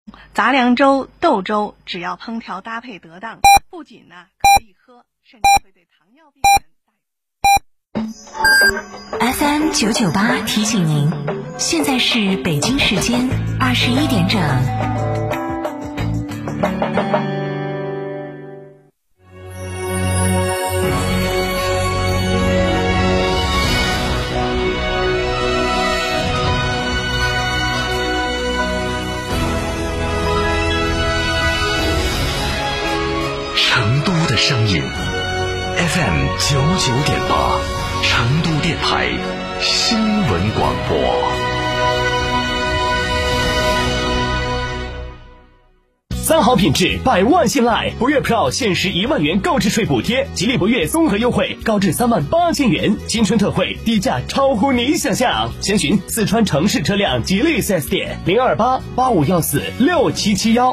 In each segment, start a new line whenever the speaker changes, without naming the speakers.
杂粮粥、豆粥，只要烹调搭配得当，不仅可以喝，甚至会对糖尿病人
FM 998提醒您，现在是北京时间21点整。
成都的声音 FM 99.8，成都电台新闻广播。
3好品质，百万信赖，博越 Pro 限时1万元购置税补贴，吉利博越综合优惠高至38000元，新春特惠，低价超乎你想象。详询四川城市车辆吉利 4S 店02885146771。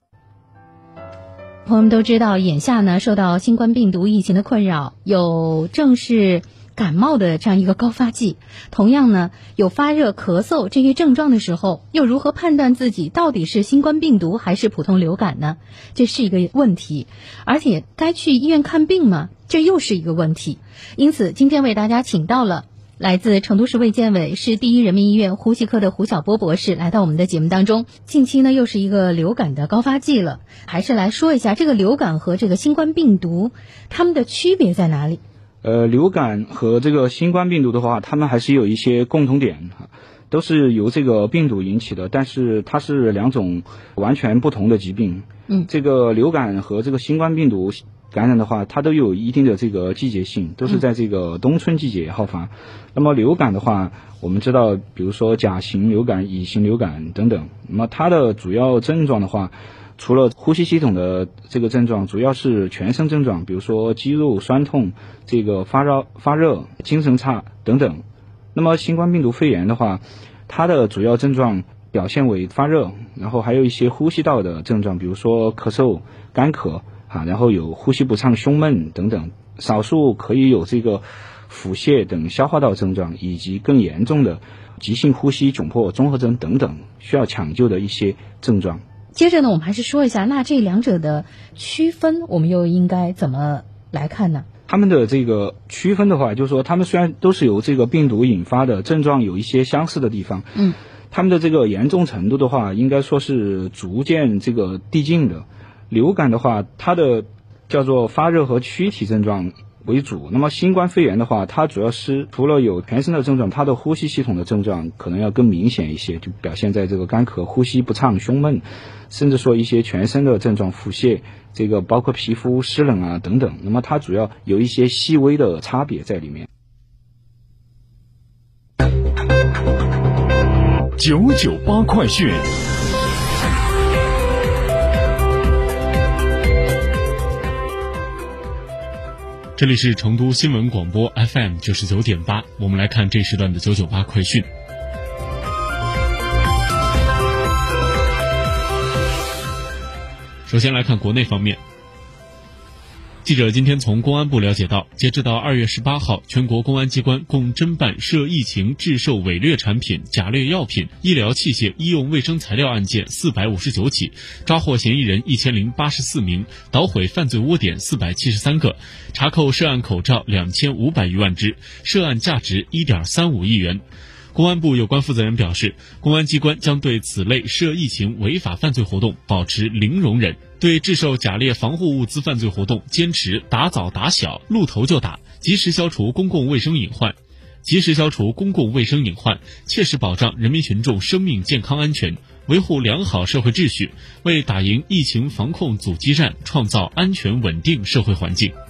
朋友们都知道，眼下受到新冠病毒疫情的困扰，有正是感冒的这样一个高发季。同样有发热、咳嗽这些症状的时候，又如何判断自己到底是新冠病毒还是普通流感呢？这是一个问题。而且该去医院看病吗？这又是一个问题。因此今天为大家请到了来自成都市卫健委市第一人民医院呼吸科的胡晓波博士来到我们的节目当中。近期又是一个流感的高发季了，还是来说一下这个流感和这个新冠病毒它们的区别在哪里？
流感和这个新冠病毒的话，它们还是有一些共同点，都是由这个病毒引起的，但是它是两种完全不同的疾病。这个流感和这个新冠病毒感染的话，它都有一定的这个季节性，都是在这个冬春季节好发。那么流感的话，我们知道，比如说甲型流感、乙型流感等等，那么它的主要症状的话，除了呼吸系统的这个症状，主要是全身症状，比如说肌肉酸痛、这个发热、精神差等等。那么新冠病毒肺炎的话，它的主要症状表现为发热，然后还有一些呼吸道的症状，比如说咳嗽、干咳然后有呼吸不畅、胸闷等等，少数可以有这个腹泻等消化道症状，以及更严重的急性呼吸窘迫综合征等等需要抢救的一些症状。
接着我们还是说一下，那这两者的区分我们又应该怎么来看呢？
他们的这个区分的话，就是说他们虽然都是由这个病毒引发的，症状有一些相似的地方，他们的这个严重程度的话，应该说是逐渐这个递进的。流感的话，它的叫做发热和躯体症状为主，那么新冠肺炎的话，它主要是除了有全身的症状，它的呼吸系统的症状可能要更明显一些，就表现在这个干咳、呼吸不畅、胸闷，甚至说一些全身的症状，腹泻，这个包括皮肤湿冷等等，那么它主要有一些细微的差别在里面。
998快讯。
这里是成都新闻广播 FM 99.8，我们来看这时段的998快讯。首先来看国内方面，记者今天从公安部了解到，截止到2月18号，全国公安机关共侦办涉疫情制售伪劣产品、假劣药品、医疗器械、医用卫生材料案件459起，抓获嫌疑人1084名，捣毁犯罪窝点473个，查扣涉案口罩2500余万只，涉案价值1.35亿元。公安部有关负责人表示，公安机关将对此类涉疫情违法犯罪活动保持零容忍，对制售假劣防护物资犯罪活动坚持打早打小、露头就打，及时消除公共卫生隐患，切实保障人民群众生命健康安全，维护良好社会秩序，为打赢疫情防控阻击战创造安全稳定社会环境。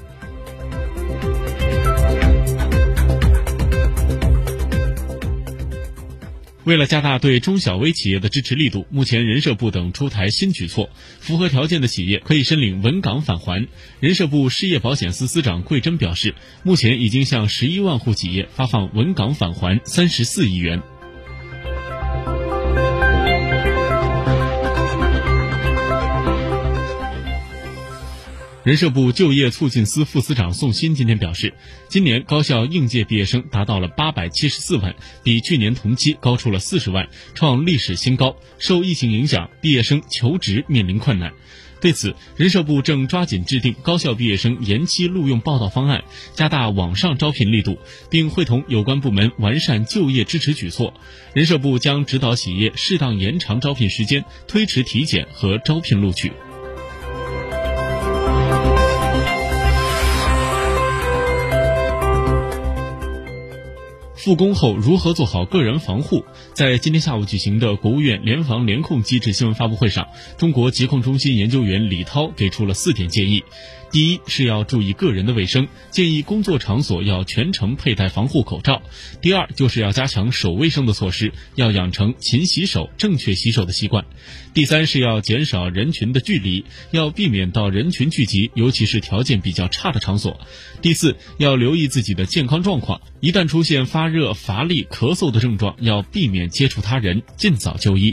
为了加大对中小微企业的支持力度，目前人社部等出台新举措，符合条件的企业可以申领稳岗返还。人社部失业保险司司长桂珍表示，目前已经向11万户企业发放稳岗返还34亿元。 人社部就业促进司副司长宋鑫今天表示，今年高校应届毕业生达到了874万，比去年同期高出了40万，创历史新高。受疫情影响，毕业生求职面临困难。对此，人社部正抓紧制定高校毕业生延期录用报到方案，加大网上招聘力度，并会同有关部门完善就业支持举措。人社部将指导企业适当延长招聘时间，推迟体检和招聘录取。复工后如何做好个人防护？在今天下午举行的国务院联防联控机制新闻发布会上，中国疾控中心研究员李涛给出了4点建议。第一是要注意个人的卫生，建议工作场所要全程佩戴防护口罩。第二就是要加强手卫生的措施，要养成勤洗手、正确洗手的习惯。第三是要减少人群的距离，要避免到人群聚集，尤其是条件比较差的场所。第四，要留意自己的健康状况，一旦出现发热、乏力、咳嗽的症状，要避免接触他人，尽早就医。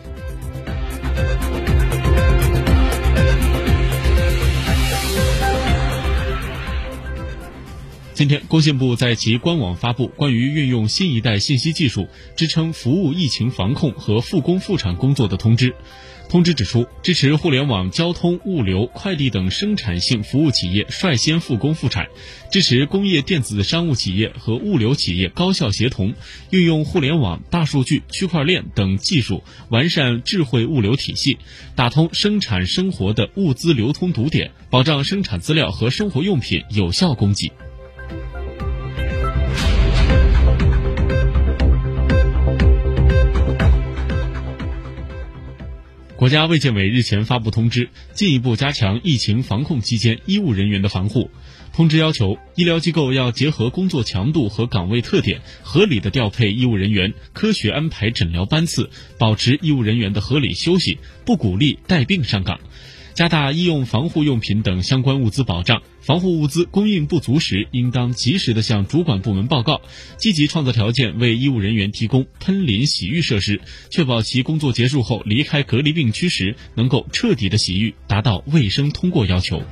今天，工信部在其官网发布关于运用新一代信息技术支撑服务疫情防控和复工复产工作的通知。通知指出，支持互联网、交通、物流、快递等生产性服务企业率先复工复产，支持工业电子商务企业和物流企业高效协同，运用互联网、大数据、区块链等技术，完善智慧物流体系，打通生产生活的物资流通堵点，保障生产资料和生活用品有效供给。国家卫健委日前发布通知，进一步加强疫情防控期间医务人员的防护。通知要求，医疗机构要结合工作强度和岗位特点，合理的调配医务人员，科学安排诊疗班次，保持医务人员的合理休息，不鼓励带病上岗。加大医用防护用品等相关物资保障，防护物资供应不足时，应当及时地向主管部门报告，积极创造条件为医务人员提供喷淋洗浴设施，确保其工作结束后离开隔离病区时能够彻底的洗浴，达到卫生通过要求。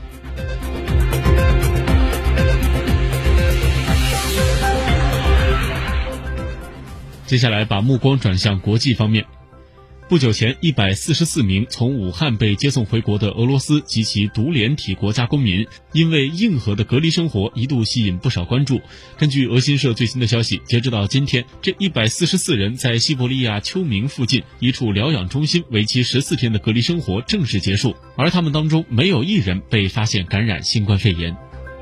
接下来把目光转向国际方面。不久前，144名从武汉被接送回国的俄罗斯及其独联体国家公民，因为硬核的隔离生活一度吸引不少关注。根据俄新社最新的消息，截止到今天，这144人在西伯利亚丘明附近一处疗养中心为期14天的隔离生活正式结束，而他们当中没有一人被发现感染新冠肺炎。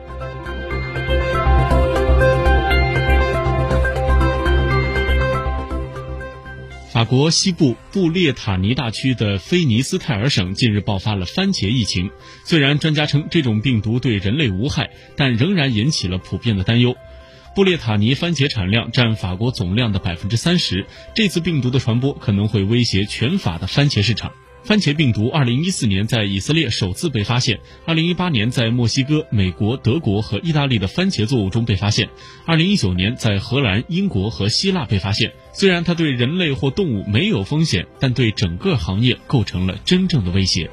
法国西部布列塔尼大区的菲尼斯泰尔省近日爆发了番茄疫情，虽然专家称这种病毒对人类无害，但仍然引起了普遍的担忧。布列塔尼番茄产量占法国总量的30%，这次病毒的传播可能会威胁全法的番茄市场。番茄病毒2014年在以色列首次被发现，2018年在墨西哥、美国、德国和意大利的番茄作物中被发现，2019年在荷兰、英国和希腊被发现。虽然它对人类或动物没有风险，但对整个行业构成了真正的威胁。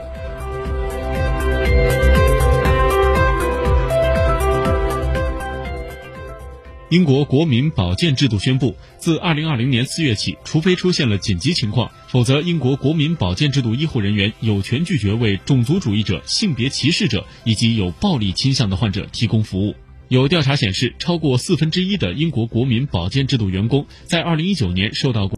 英国国民保健制度宣布，自2020年4月起，除非出现了紧急情况，否则英国国民保健制度医护人员有权拒绝为种族主义者、性别歧视者以及有暴力倾向的患者提供服务。有调查显示，超过1/4的英国国民保健制度员工在2019年受到